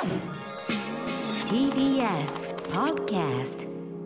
TBS Podcast。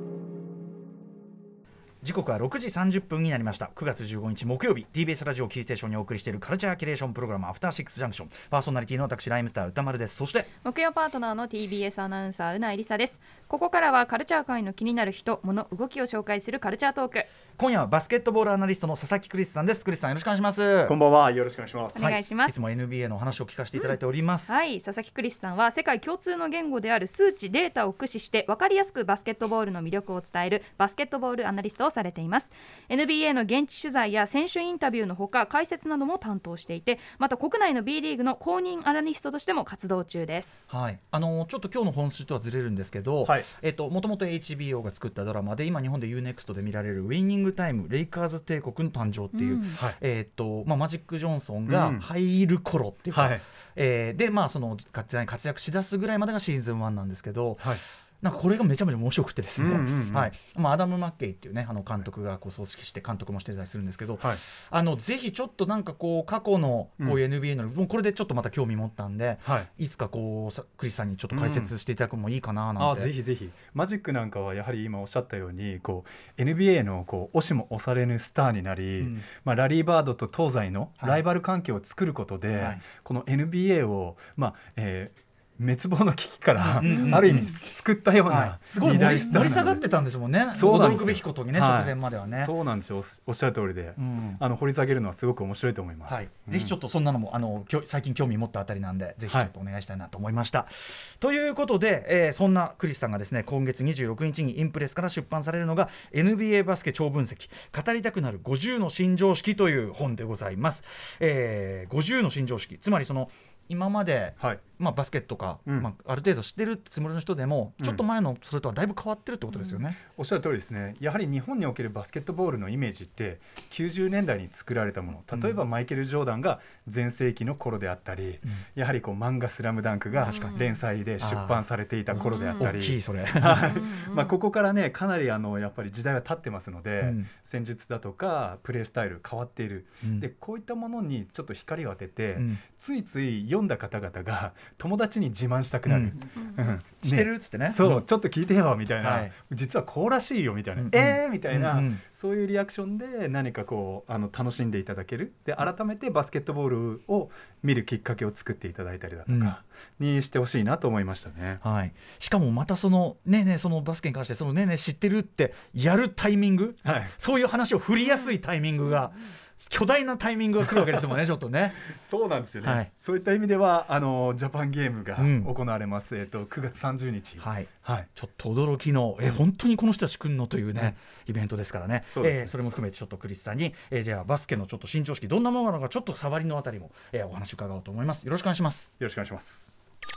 時刻は6時30分になりました。9月15日木曜日、 TBS ラジオキーステーションにお送りしているカルチャーキュレーションプログラムアフターシックスジャンクション、パーソナリティの私ライムスター歌丸です。そして木曜パートナーの TBS アナウンサーうないりさです。ここからはカルチャー界の気になる人物動きを紹介するカルチャートーク。 今夜はバスケットボールアナリストの佐々木クリスさんです。クリスさん、よろしくお願いします。 こんばんは、よろしくお願いします。 お願いします。 いつも NBA のお話を聞かせていただいております。 はい、佐々木クリスさんは世界共通の言語である数値データを駆使して分かりやすくバスケットボールの魅力を伝えるバスケットボールアナリストをされています。 NBA の現地取材や選手インタビューのほか解説なども担当していて、また国内の B リーグの公認アナリストとしても活動中です。 はい、ちょっと今日の本筋とはずれるんですけど、 はい、 もともと HBO が作ったドラマで今日本で UNEXT で見られるウィニングタイムレイカーズ帝国の誕生っていう、マジック・ジョンソンが入る頃っていうか、でその活躍しだすぐらいまでがシーズン1なんですけど、なんかこれがめちゃめちゃ面白くてですね、アダム・マッケイっていうね監督がこう組織して監督もしてたりするんですけど、ぜひちょっとなんかこう過去のこう NBA の、もうこれでちょっとまた興味持ったんで、いつかこうクリスさんにちょっと解説していただくのもいいかななんて。 ぜひぜひ。マジックなんかはやはり今おっしゃったようにこう NBA のこう押しも押されぬスターになり、ラリー・バードと東西のライバル関係を作ることで、この NBA を滅亡の危機からある意味救ったような、 すごい盛り下がってたんですもんね。驚くべきことにね、直前まではね。 そうなんですよ、おっしゃる通りで、掘り下げるのはすごく面白いと思います。 ぜひちょっとそんなのも最近興味持ったあたりなんで、ぜひちょっとお願いしたいなと思いました。ということで、そんなクリスさんがですね、今月26日にインプレスから出版されるのが NBA バスケ超分析語りたくなる50の新常識という本でございます。50の新常識、つまりその今まで、バスケットか、ある程度知ってるつもりの人でも、ちょっと前のそれとはだいぶ変わってるってことですよね。 おっしゃる通りですね。やはり日本におけるバスケットボールのイメージって90年代に作られたもの、例えばマイケル・ジョーダンが全盛期の頃であったり、やはりこう漫画スラムダンクが連載で出版されていた頃であったり、 大きいそれここからねかなりやっぱり時代が経ってますので、戦術だとかプレースタイル変わっている、でこういったものにちょっと光を当てて、ついつい読んだ方々が友達に自慢したくなる、 してるっつってね、 そう、ちょっと聞いてよみたいな、実はこうらしいよみたいな、みたいな、そういうリアクションで何かこう楽しんでいただける、で改めてバスケットボールを見るきっかけを作っていただいたりだとかにしてほしいなと思いましたね。 しかもまたそのそのバスケに関してその知ってるってやるタイミング、そういう話を振りやすいタイミングが、巨大なタイミングが来るわけですもんねちょっとね。 そうなんですよね、そういった意味ではジャパンゲームが行われます、9月30日、ちょっと驚きの、本当にこの人たち来るのというね、イベントですからね。それも含めてちょっとクリスさんに、じゃあバスケのちょっと新常識どんなものなのか、ちょっと触りのあたりも、お話伺おうと思います。よろしくお願いします。 よろしくお願いします。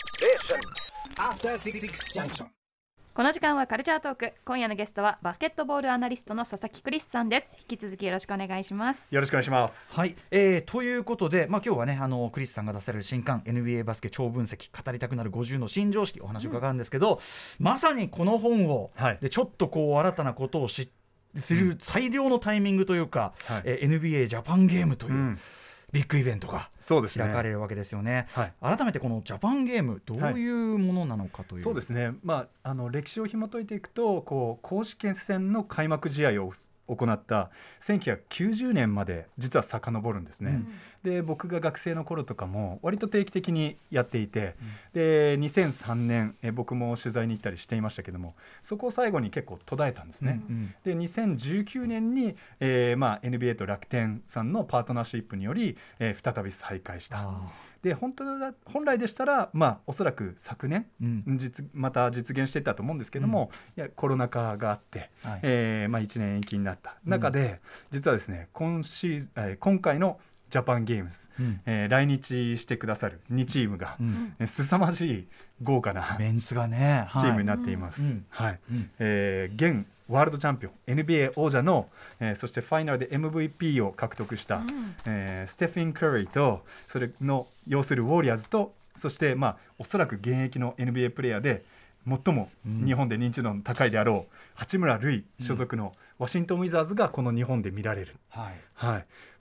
この時間はカルチャートーク。今夜のゲストはバスケットボールアナリストの佐々木クリスさんです。引き続きよろしくお願いします。 よろしくお願いします。 ということで、今日はねクリスさんが出される新刊 NBA バスケ超分析語りたくなる50の新常識お話を伺うんですけど、まさにこの本を、でちょっとこう新たなことをする最良のタイミングというか、NBA ジャパンゲームという、ビッグイベントが開かれるわけですよね。改めてこのジャパンゲームどういうものなのかという、 そうですね、歴史を紐解いていくとこう公式戦の開幕試合を行った1990年まで実は遡るんですね。で僕が学生の頃とかも割と定期的にやっていて、で2003年僕も取材に行ったりしていましたけども、そこを最後に結構途絶えたんですね。で2019年に、NBA と楽天さんのパートナーシップにより、再び再開した。で本来でしたら、おそらく昨年、また実現していったと思うんですけども、コロナ禍があって、1年延期になった中で、実はですね今回のジャパンゲームズ、来日してくださる2チームが、凄まじい豪華なメンツがね、 チームになっています。現ワールドチャンピオン NBA 王者の、そしてファイナルで MVP を獲得した、ステフィン・カリーとそれの要するウォリアーズと、そしておそらく現役の NBA プレーヤーで最も日本で認知度の高いであろう八村塁所属のワシントン・ウィザーズがこの日本で見られる。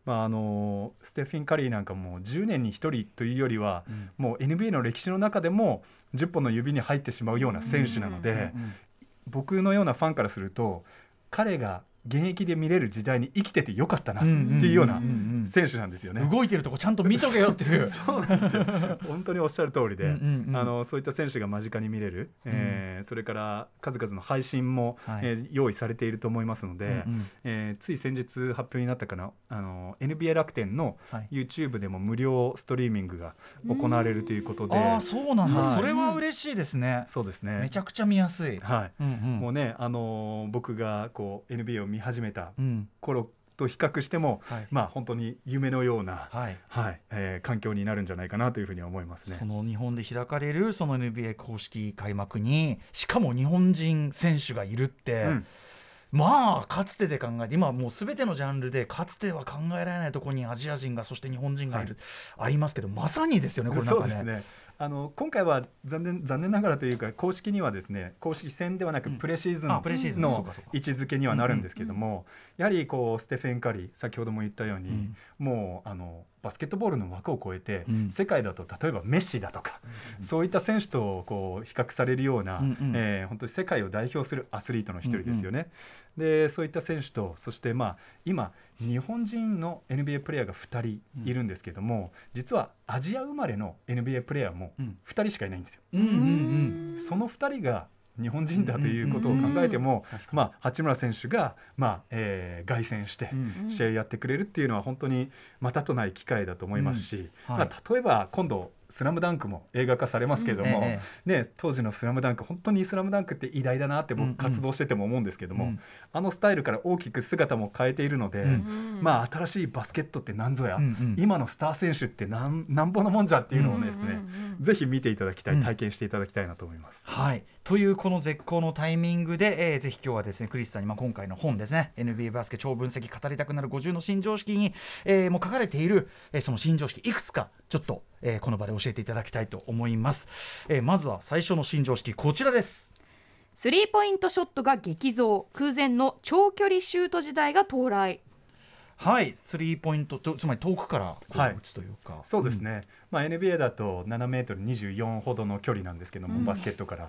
ステフィン・カリーなんかも10年に1人というよりは、もう NBA の歴史の中でも10本の指に入ってしまうような選手なので、僕のようなファンからすると彼が現役で見れる時代に生きててよかったなっていうような選手なんですよね。 動いてるとこちゃんと見とけよっていうそうなんですよ本当におっしゃる通りで、そういった選手が間近に見れる、それから数々の配信も、用意されていると思いますので、つい先日発表になったかな、NBA 楽天の YouTube でも無料ストリーミングが行われるということで、 そうなんだ、それは嬉しいですね。 そうですね、 めちゃくちゃ見やすい、 もうね、僕がこう NBA を見始めた頃と比較しても、本当に夢のような、環境になるんじゃないかなというふうに思いますね。 その日本で開かれるその NBA 公式開幕にしかも日本人選手がいるって、かつてで考えて、今はもう全てのジャンルでかつては考えられないところにアジア人がそして日本人がいる、ありますけど、まさにですよね、これなんかね。 そうですね、今回は残念ながらというか、公式にはですね、公式戦ではなくプレシーズンの位置づけにはなるんですけども、やはりこうステフェン・カリー、先ほども言ったように、もうバスケットボールの枠を超えて、世界だと例えばメッシだとか、そういった選手とこう比較されるような、本当に世界を代表するアスリートの一人ですよね。でそういった選手と、そして今日本人の NBA プレーヤーが2人いるんですけども、実はアジア生まれの NBA プレーヤーも2人しかいないんですよ。その2人が日本人だということを考えても、八村選手が、凱旋して試合やってくれるっていうのは本当にまたとない機会だと思いますし、例えば今度スラムダンクも映画化されますけれども、当時のスラムダンク、本当にスラムダンクって偉大だなって僕活動してても思うんですけども、スタイルから大きく姿も変えているので、新しいバスケットって何ぞや、今のスター選手ってなんぼのもんじゃっていうのをですね、ぜひ見ていただきたい、体験していただきたいなと思います。 というこの絶好のタイミングで、ぜひ今日はですねクリスさんに、今回の本ですね NBA バスケ超分析語りたくなる50の新常識に、もう書かれている、その新常識いくつかちょっと、この場で教えていただきたいと思います。まずは最初の新常識、こちらです。 スリーポイントショットが激増、空前の長距離シュート時代が到来。 スリーポイントと、つまり遠くから打つというか、 そうですね、NBA だと7メートル24ほどの距離なんですけども、バスケットから、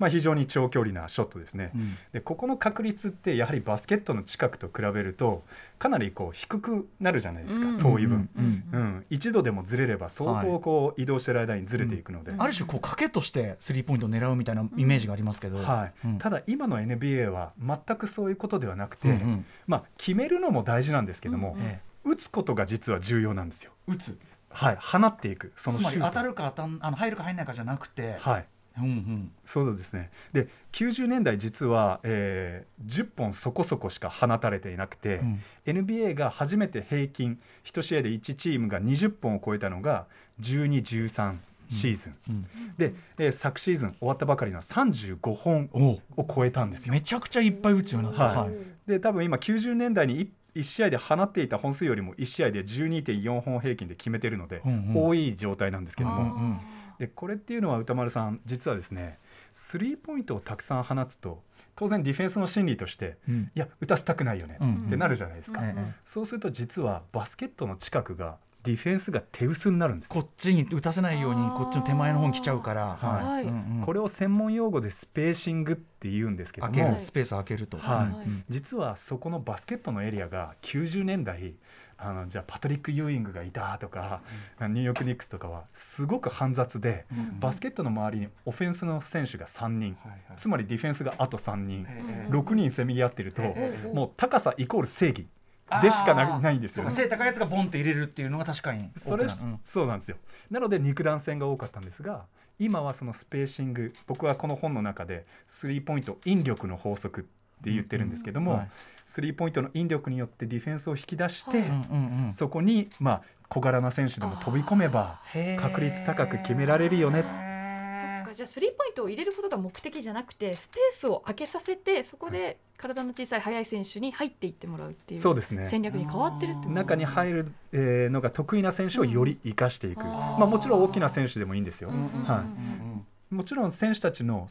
非常に長距離なショットですね。でここの確率ってやはりバスケットの近くと比べるとかなりこう低くなるじゃないですか、遠い分、一度でもずれれば相当こう移動してる間にずれていくので、 ある種こう賭けとしてスリーポイントを狙うみたいなイメージがありますけど、 ただ今の NBA は全くそういうことではなくて、決めるのも大事なんですけども、打つことが実は重要なんですよ。放っていく、そのシュート、 つまり当たるか入るか入らないかじゃなくて、 そうですね。で90年代実は、10本そこそこしか放たれていなくて、NBA が初めて平均1試合で1チームが20本を超えたのが12、13シーズン、で、昨シーズン終わったばかりの35本を超えたんですよ。 めちゃくちゃいっぱい打つようになった。 で多分今90年代に1試合で放っていた本数よりも1試合で 12.4 本平均で決めてるので、多い状態なんですけども、でこれっていうのは歌丸さん、実はですね、スリーポイントをたくさん放つと当然ディフェンスの心理として、いや打たせたくないよねってなるじゃないですか。そうすると実はバスケットの近くがディフェンスが手薄になるんです。 こっちに打たせないようにこっちの手前の方に来ちゃうから、 これを専門用語でスペーシングって言うんですけども、 スペースを空けると、 実はそこのバスケットのエリアが90年代じゃあパトリック・ユーイングがいたとか、ニューヨーク・ニックスとかはすごく煩雑で、バスケットの周りにオフェンスの選手が3人、つまりディフェンスがあと3人、6人せめぎ合ってると、もう高さイコール正義でしかないんですよね。 背高いやつがボンって入れるっていうのが確かにそうなんですよ。なので肉弾戦が多かったんですが、今はそのスペーシング、僕はこの本の中でスリーポイント引力の法則って言ってるんですけども、スリーポイントの引力によってディフェンスを引き出して、そこに小柄な選手でも飛び込めば確率高く決められるよね。 じゃあスリーポイントを入れることが目的じゃなくて、スペースを空けさせて、そこで体の小さい速い選手に入っていってもらうっていう戦略に変わってるってことですね。 中に入るのが得意な選手をより生かしていく、もちろん大きな選手でもいいんですよ。もちろん選手たちのその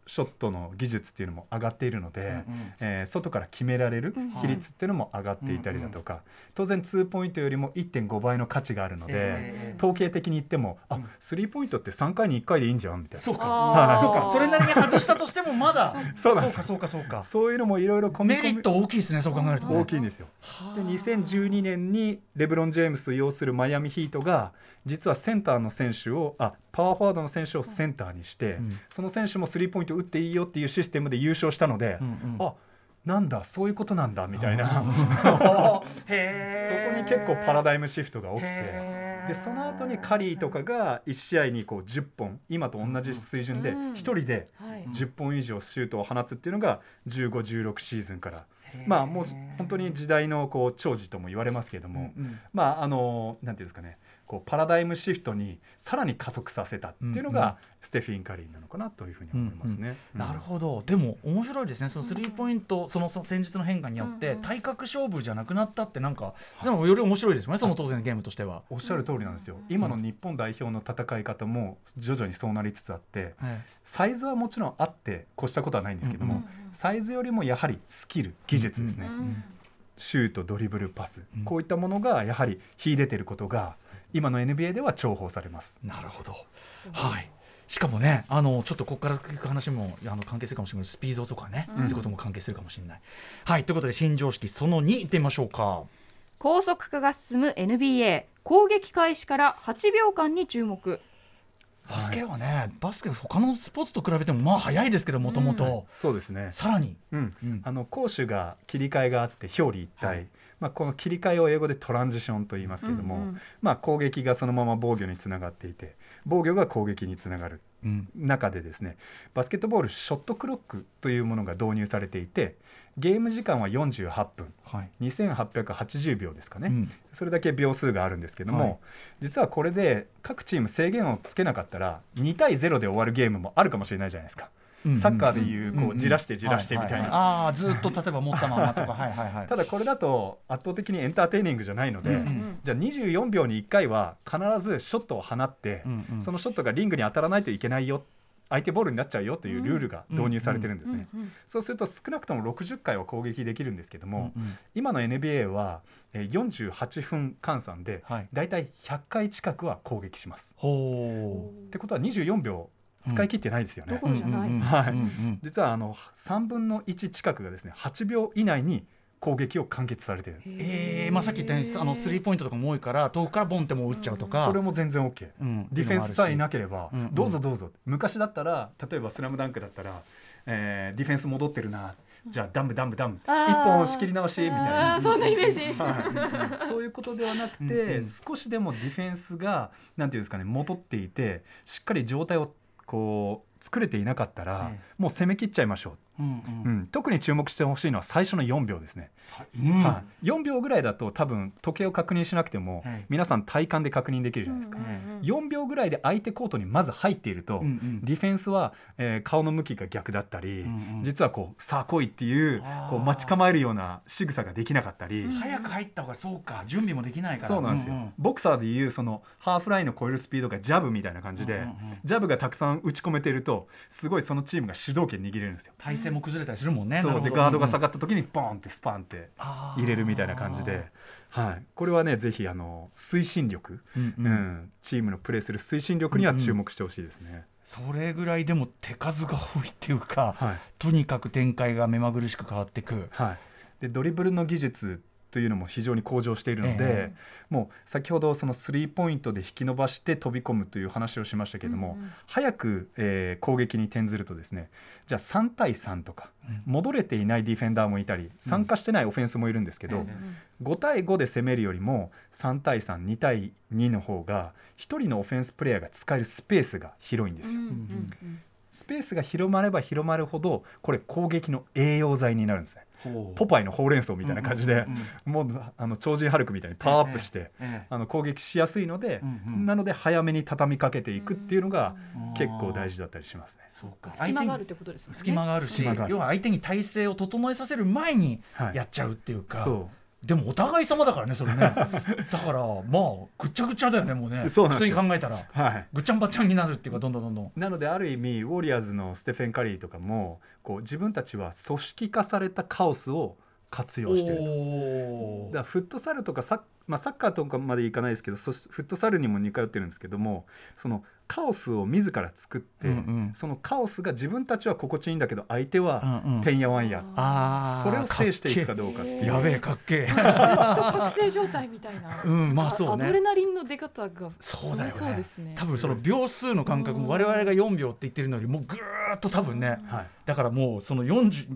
ショットの技術っていうのも上がっているので、外から決められる比率っていうのも上がっていたりだとか、当然2ポイントよりも 1.5 倍の価値があるので、統計的に言っても3ポイントって3回に1回でいいんじゃんみたいな。 そうかそれなりに外したとしてもまだそうかそういうのもいろいろ込み込みメリット大きいですね。そう考えると大きいんですよ。で2012年にレブロン・ジェームスを擁するマイアミヒートが実はセンターの選手をパワーフォワードの選手をセンターにして、その選手もスリーポイント打っていいよっていうシステムで優勝したので、なんだそういうことなんだみたいなそこに結構パラダイムシフトが起きて、でその後にカリーとかが1試合にこう10本今と同じ水準で1人で10本以上シュートを放つっていうのが15、16シーズンからもう本当に時代のこう寵児とも言われますけれども、なんていうんですかね、こうパラダイムシフトにさらに加速させたっていうのがステフィン・カリーなのかなというふうに思いますね。 なるほど。でも面白いですね。そのスリーポイント、その戦術の変化によって体格勝負じゃなくなったってなんかより面白いですよね。その当然ゲームとしてはおっしゃる通りなんですよ。今の日本代表の戦い方も徐々にそうなりつつあって、サイズはもちろんあって越したことはないんですけども、サイズよりもやはりスキル、技術ですね。シュート、ドリブル、パス、こういったものがやはり秀でていることが今の NBA では重宝されます。 なるほど。はい。しかもね、ちょっとここから聞く話も関係するかもしれない。スピードとかね、そういうことも関係するかもしれない。はい。ということで新常識その2いってみましょうか。 高速化が進む NBA、 攻撃開始から8秒間に注目。 バスケはね、バスケ他のスポーツと比べても早いですけど、もともとそうですね。 さらに、 攻守が切り替えがあって表裏一体、この切り替えを英語でトランジションと言いますけれども、攻撃がそのまま防御につながっていて、防御が攻撃につながる中でですね、バスケットボールショットクロックというものが導入されていて、ゲーム時間は48分、2880秒ですかね、それだけ秒数があるんですけども、実はこれで各チーム制限をつけなかったら2対0で終わるゲームもあるかもしれないじゃないですか。サッカーでいうこうじらしてじらしてみたいな、 ずっと例えば持ったままとかただこれだと圧倒的にエンターテイニングじゃないので、じゃあ24秒に1回は必ずショットを放って、そのショットがリングに当たらないといけないよ、相手ボールになっちゃうよというルールが導入されてるんですね。そうすると少なくとも60回は攻撃できるんですけども、今の NBA は48分換算でだいたい100回近くは攻撃します。ってことは24秒使い切ってないですよね。 どころじゃない。 実は3分の1近くがですね8秒以内に攻撃を完結されている。 さっき言ったようにスリーポイントとかも多いから遠くからボンってもう打っちゃうとか、 それも全然 OK、ディフェンスさえいなければ、どうぞどうぞ。昔だったら例えばスラムダンクだったら、ディフェンス戻ってるな、じゃあダム一本仕切り直しみたいな、 そんなイメージ、 そういうことではなくて、少しでもディフェンスがなんていうんですかね、戻っていてしっかり状態をこう作れていなかったら、もう攻め切っちゃいましょう。特に注目してほしいのは最初の4秒ですね。4秒ぐらいだと多分時計を確認しなくても、皆さん体感で確認できるじゃないですか。4秒ぐらいで相手コートにまず入っていると、ディフェンスは、顔の向きが逆だったり、実はこうさあ来いっていうこう待ち構えるような仕草ができなかったり、 早く入った方がそうか準備もできないから。 そうなんですよ。ボクサーでいうそのハーフラインの超えるスピードがジャブみたいな感じで、ジャブがたくさん打ち込めているとすごいそのチームが主導権握れるんですよ。 体勢も崩れたりするもんね。 そうでガードが下がった時にボーンってスパンって入れるみたいな感じで、これはねぜひ推進力、チームのプレーする推進力には注目してほしいですね。 それぐらいでも手数が多いっていうか、とにかく展開が目まぐるしく変わっていく。 でドリブルの技術というのも非常に向上しているので、もう先ほどそのスリーポイントで引き伸ばして飛び込むという話をしましたけれども、早く、攻撃に転ずるとですね、じゃあ3対3とか、戻れていないディフェンダーもいたり参加してないオフェンスもいるんですけど、5対5で攻めるよりも3対3、2対2の方が1人のオフェンスプレーヤーが使えるスペースが広いんですよ。スペースが広まれば広まるほどこれ攻撃の栄養剤になるんですね。ポパイのほうれん草みたいな感じで、もう超人ハルクみたいにパワーアップして、攻撃しやすいので、なので早めに畳みかけていくっていうのが結構大事だったりしますね。 そうか、隙間があるってことですもんね。 隙間があるし、要は相手に体勢を整えさせる前にやっちゃうっていうか、 でもお互い様だからねそれねだからまあぐっちゃぐちゃだよねもうねそうなんですよ。 普通に考えたら、はい、ぐっちゃんばっちゃんになるっていうかどんどんなのである意味ウォリアーズのステフェン・カリーとかもこう自分たちは組織化されたカオスを活用してると。だからフットサルとかサッカーとかまでいかないですけどフットサルにも似通ってるんですけどもそのカオスを自ら作って、そのカオスが自分たちは心地いいんだけど相手はてんやわんや、それを制していくかどうかっていうやべえかっけえずっと覚醒状態みたいな、 まあそうね、 アドレナリンの出方がそうだよね。 そうですね。 多分その秒数の感覚も我々が4秒って言ってるのよりもうぐーっと多分ね、だからもうその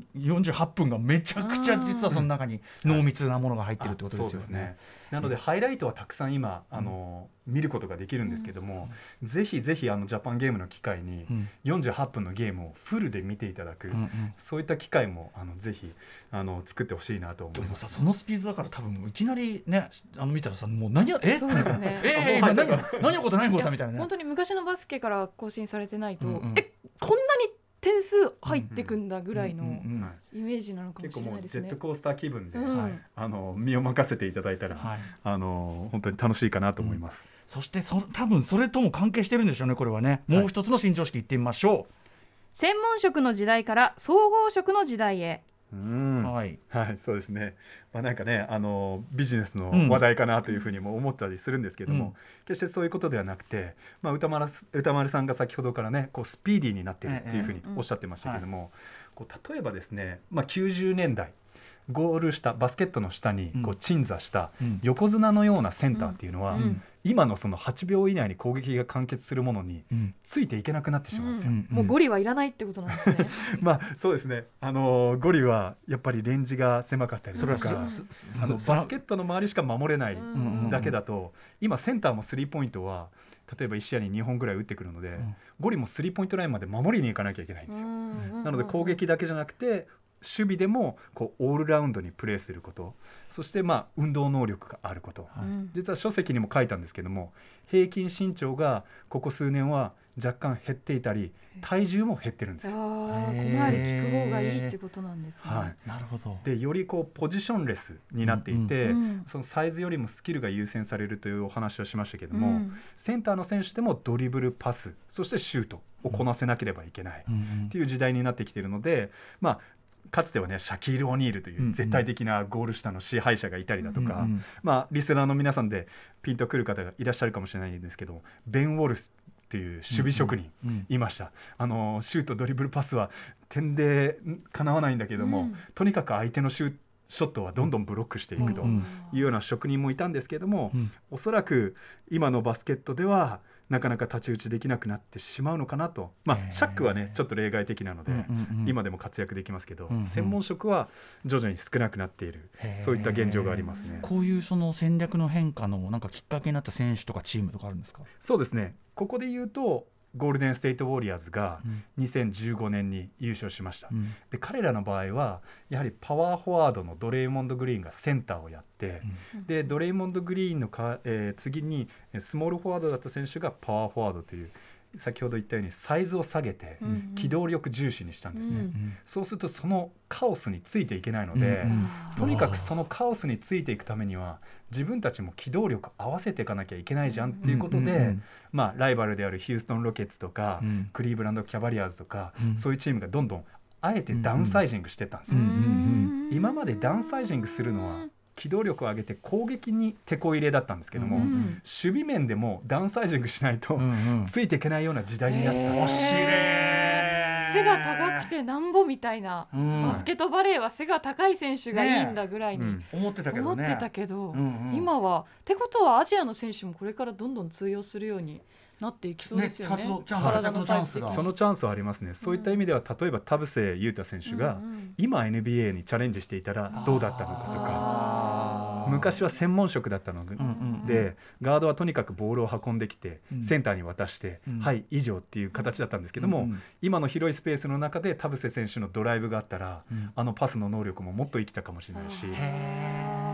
48分がめちゃくちゃ実はその中に濃密なものが入ってるってことですよね。 なのでハイライトはたくさん今見ることができるんですけども、ぜひぜひジャパンゲームの機会に48分のゲームをフルで見ていただく、そういった機会もぜひ作ってほしいなと思います。 でもさそのスピードだから多分いきなりね見たらさもう何やそうですね何のこと何のことみたいなね。 本当に昔のバスケから更新されてないと、こんなに点数入ってくんだぐらいのイメージなのかもしれないですね。 結構もうジェットコースター気分で、身を任せていただいたら、本当に楽しいかなと思います。 そして多分それとも関係してるんでしょうねこれはね。もう一つの新常識いってみましょう。 専門職の時代から総合職の時代へ。 そうですね。なんかねビジネスの話題かなというふうにも思ったりするんですけども、決してそういうことではなくて、歌丸さんが先ほどからねこうスピーディーになっているっていうふうにおっしゃってましたけども、こう例えばですね、90年代ゴール下バスケットの下にこう鎮座した横綱のようなセンターっていうのは、今のその8秒以内に攻撃が完結するものについていけなくなってしまうんですよ。 もうゴリはいらないってことなんですね。 そうですね。ゴリはやっぱりレンジが狭かったりとか、バスケットの周りしか守れないだけだと、今センターもスリーポイントは例えば1試合に2本ぐらい打ってくるので、ゴリもスリーポイントラインまで守りに行かなきゃいけないんですよ。なので攻撃だけじゃなくて守備でもこうオールラウンドにプレーすること、そして運動能力があること、実は書籍にも書いたんですけども、平均身長がここ数年は若干減っていたり体重も減ってるんですよ。 小回り効く方がいいってことなんですね。 なるほど。 でよりこうポジションレスになっていて、そのサイズよりもスキルが優先されるというお話をしましたけども、センターの選手でもドリブルパスそしてシュートをこなせなければいけないっていう時代になってきているので、かつてはねシャキール・オニールという絶対的なゴール下の支配者がいたりだとか、リスナーの皆さんでピンとくる方がいらっしゃるかもしれないんですけど、ベン・ウォルスっていう守備職人いました。シュートドリブルパスは点でかなわないんだけども、とにかく相手のショットはどんどんブロックしていくというような職人もいたんですけども、おそらく今のバスケットではなかなか太刀打ちできなくなってしまうのかなと。シャックはねちょっと例外的なので、今でも活躍できますけど、専門職は徐々に少なくなっている、そういった現状がありますね。 こういうその戦略の変化のなんかきっかけになった選手とかチームとかあるんですか？ そうですね、ここで言うとゴールデンステイトウォリアーズが2015年に優勝しました。で彼らの場合はやはりパワーフォワードのドレイモンド・グリーンがセンターをやって、でドレイモンド・グリーンの次にスモールフォワードだった選手がパワーフォワードという先ほど言ったようにサイズを下げて機動力重視にしたんですね。そうするとそのカオスについていけないので、とにかくそのカオスについていくためには自分たちも機動力合わせていかなきゃいけないじゃんっていうことで、ライバルであるヒューストン・ロケッツとか、クリーブランド・キャバリアーズとか、そういうチームがどんどんあえてダウンサイジングしてたんですよ。今までダウンサイジングするのは機動力を上げて攻撃にテこ入れだったんですけども、守備面でもダウンサイジングしないとついていけないような時代になった。 面白い。 背が高くてなんぼみたいな、バスケットバレーは背が高い選手がいいんだぐらいに思ってたけど、 今はってことはアジアの選手もこれからどんどん通用するようになっていきそうですよね。 体のチャンスが、 そのチャンスはありますね。そういった意味では例えば田臥勇太選手が今 NBA にチャレンジしていたらどうだったのかとか、昔は専門職だったので、ガードはとにかくボールを運んできてセンターに渡してはい以上っていう形だったんですけども、今の広いスペースの中で田臥選手のドライブがあったら、パスの能力ももっと生きたかもしれないし、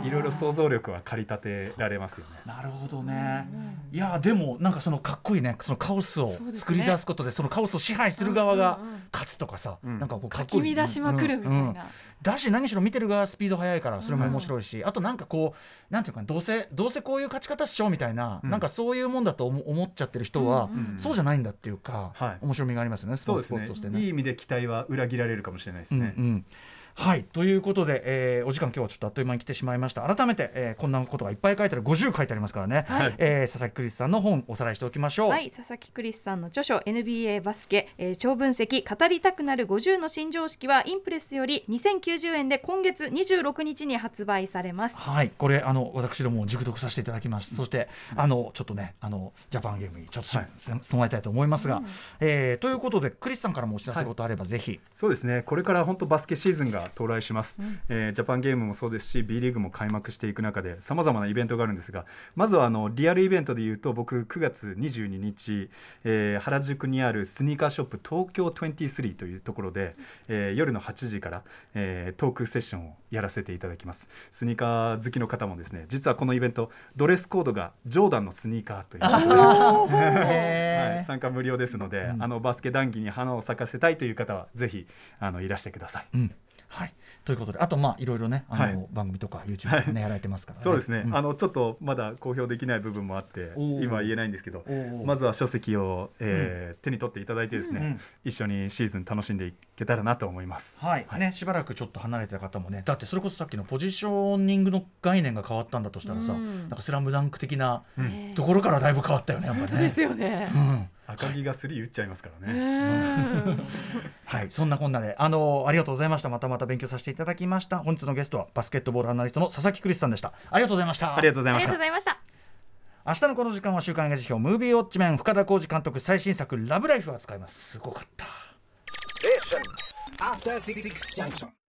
いろいろ想像力は駆り立てられますよね。 なるほどね。いやでもなんかそのかっこいいね、そのカオスを作り出すことでそのカオスを支配する側が勝つとかさ、なんかこうかっこいい、 かき乱しまくるみたいな、 だし何しろ見てる側スピード速いからそれも面白いし、あとなんかこうなんていうかどうせこういう勝ち方しようみたいな、なんかそういうもんだと思っちゃってる人は、そうじゃないんだっていうか、面白みがありますよね、スポーツとしてね。 いい意味で期待は裏切られるかもしれないですね。 はい、ということで、お時間今日はちょっとあっという間に来てしまいました。改めて、こんなことがいっぱい書いてある、50書いてありますからね、佐々木クリスさんの本おさらいしておきましょう。 はい、佐々木クリスさんの著書 NBA バスケ、超分析語りたくなる50の新常識はインプレスより2090円で今月26日に発売されます。 はい、これ私ども熟読させていただきました。そしてちょっとねジャパンゲームにちょっと備えたいと思いますが、ということでクリスさんからもお知らせことあればぜひ。 そうですね、これから本当バスケシーズンが到来します。ジャパンゲームもそうですし B リーグも開幕していく中でさまざまなイベントがあるんですが、まずはリアルイベントでいうと僕9月22日、原宿にあるスニーカーショップ東京23というところで、夜の8時から、トークセッションをやらせていただきます。スニーカー好きの方もですね、実はこのイベントドレスコードがジョーダンのスニーカーということで参加無料ですので、バスケ談義に花を咲かせたいという方はぜひいらしてください。 はい、ということであといろいろね番組とか YouTube とかね、やられてますからね。 そうですね、ちょっとまだ公表できない部分もあって今は言えないんですけど、まずは書籍を、手に取っていただいてですね、一緒にシーズン楽しんでいけたらなと思います。 ね、しばらくちょっと離れてた方もね、だってそれこそさっきのポジショニングの概念が変わったんだとしたらさ、なんかスラムダンク的なところからだいぶ変わったよね、やっぱりね。 本当ですよね。 赤木が3打っちゃいますからね。 はい、そんなこんなでありがとうございました。また勉強させていただきました。本日のゲストはバスケットボールアナリストの佐々木クリスさんでした。ありがとうございました。 ありがとうございました。 明日のこの時間は週刊映画辞表ムービーウォッチメン深田浩二監督最新作ラブライフが使います。すごかった。